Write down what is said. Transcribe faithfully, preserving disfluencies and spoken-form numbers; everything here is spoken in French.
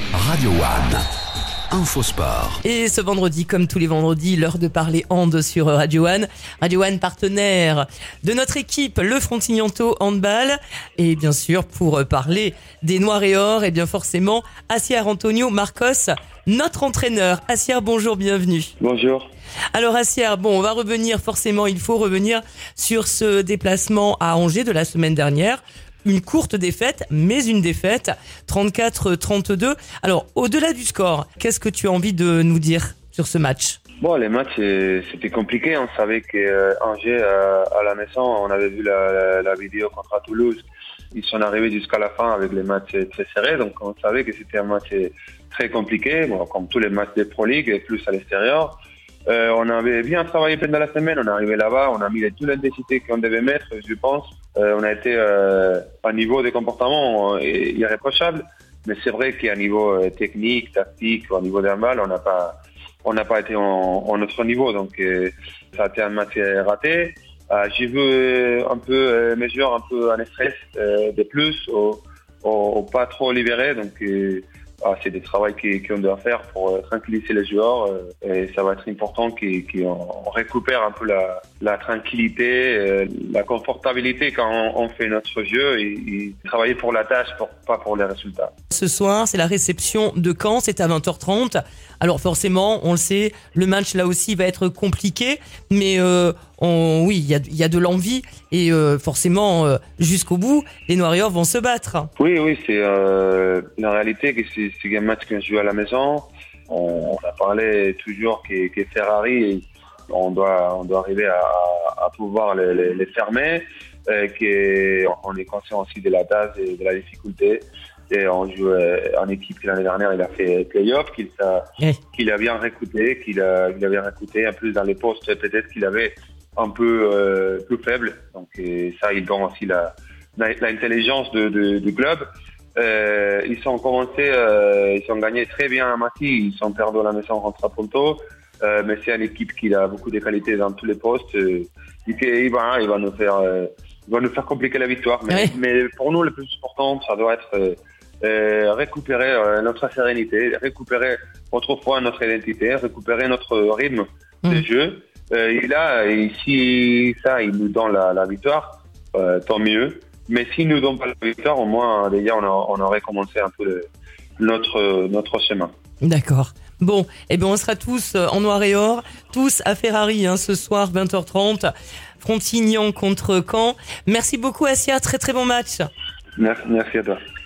Radio One. Infosport. Et ce vendredi, comme tous les vendredis, l'heure de parler hand sur Radio One. Radio One, partenaire de notre équipe, le Frontignan-Thau Handball. Et bien sûr, pour parler des Noirs et Or, et bien forcément, Asier Antonio Marcos, notre entraîneur. Asier, bonjour, bienvenue. Bonjour. Alors Asier, bon, on va revenir, forcément, il faut revenir sur ce déplacement à Angers de la semaine dernière. Une courte défaite, mais une défaite, trente-quatre à trente-deux. Alors, au-delà du score, qu'est-ce que tu as envie de nous dire sur ce match ? Bon, les matchs, c'était compliqué. On savait qu'Angers, euh, à la maison, on avait vu la, la, la vidéo contre Toulouse. Ils sont arrivés jusqu'à la fin avec les matchs très serrés. Donc, on savait que c'était un match très compliqué, bon, comme tous les matchs des Pro League, et plus à l'extérieur. Euh, on avait bien travaillé pendant la semaine. On est arrivé là-bas, on a mis toute l'intensité qu'on devait mettre, je pense. Euh, on a été euh, à un niveau de comportement euh, irréprochable, mais c'est vrai qu'à niveau euh, technique, tactique, au niveau d'un handball, on n'a pas, on n'a pas été en, en notre niveau. Donc euh, ça a été un match raté. Euh, j'ai vu euh, un peu euh, mes joueurs un peu en stress euh, de plus, au, au, au pas trop libérés. Donc euh, ah, c'est des travaux qu'on doit faire pour euh, tranquilliser les joueurs euh, et ça va être important qu'on récupère un peu la, la tranquillité, euh, la confortabilité quand on, on fait notre jeu et, et travailler pour la tâche, pour, pas pour les résultats. Ce soir, c'est la réception de Caen, c'est à vingt heures trente. Alors forcément, on le sait, le match là aussi va être compliqué, mais euh, on, oui, il y a, y a de l'envie et euh, forcément, euh, jusqu'au bout, les Noirs et Or vont se battre. Oui, oui, c'est euh, la réalité que c'est, c'est un match qu'on joue à la maison. On, on a parlé toujours que, que Ferrari, on doit, on doit arriver à, à pouvoir les, les, les fermer, et qu'on est conscient aussi de la tâche et de la difficulté. Et on joue en équipe l'année dernière, il a fait play-off, qu'il a, oui. qu'il a bien recruté, qu'il a, qu'il a bien recruté. En plus, dans les postes, peut-être qu'il avait un peu euh, plus faible. Donc, et ça, il donne aussi la, la, l'intelligence de, de, du club. Euh, ils ont commencé, euh, ils ont gagné très bien à Massy, ils sont perdus à la maison contre Ponto. Euh, mais c'est une équipe qui a beaucoup de qualités dans tous les postes. Euh, il, va, il va nous faire, euh, il va nous faire compliquer la victoire. Mais, oui. mais pour nous, le plus important, ça doit être euh, Euh, récupérer euh, notre sérénité, récupérer autrefois notre identité, récupérer notre rythme mmh. de jeu. Euh, et là, et si ça, il nous donne la, la victoire, euh, tant mieux. Mais s'il nous donne pas la victoire, au moins, déjà, on, a, on aurait commencé un peu le, notre, notre chemin. D'accord. Bon, eh bien, on sera tous en Noir et Or, tous à Ferrari, hein, ce soir, vingt heures trente. Frontignan contre Caen. Merci beaucoup, Asier. Très, très bon match. Merci, merci à toi.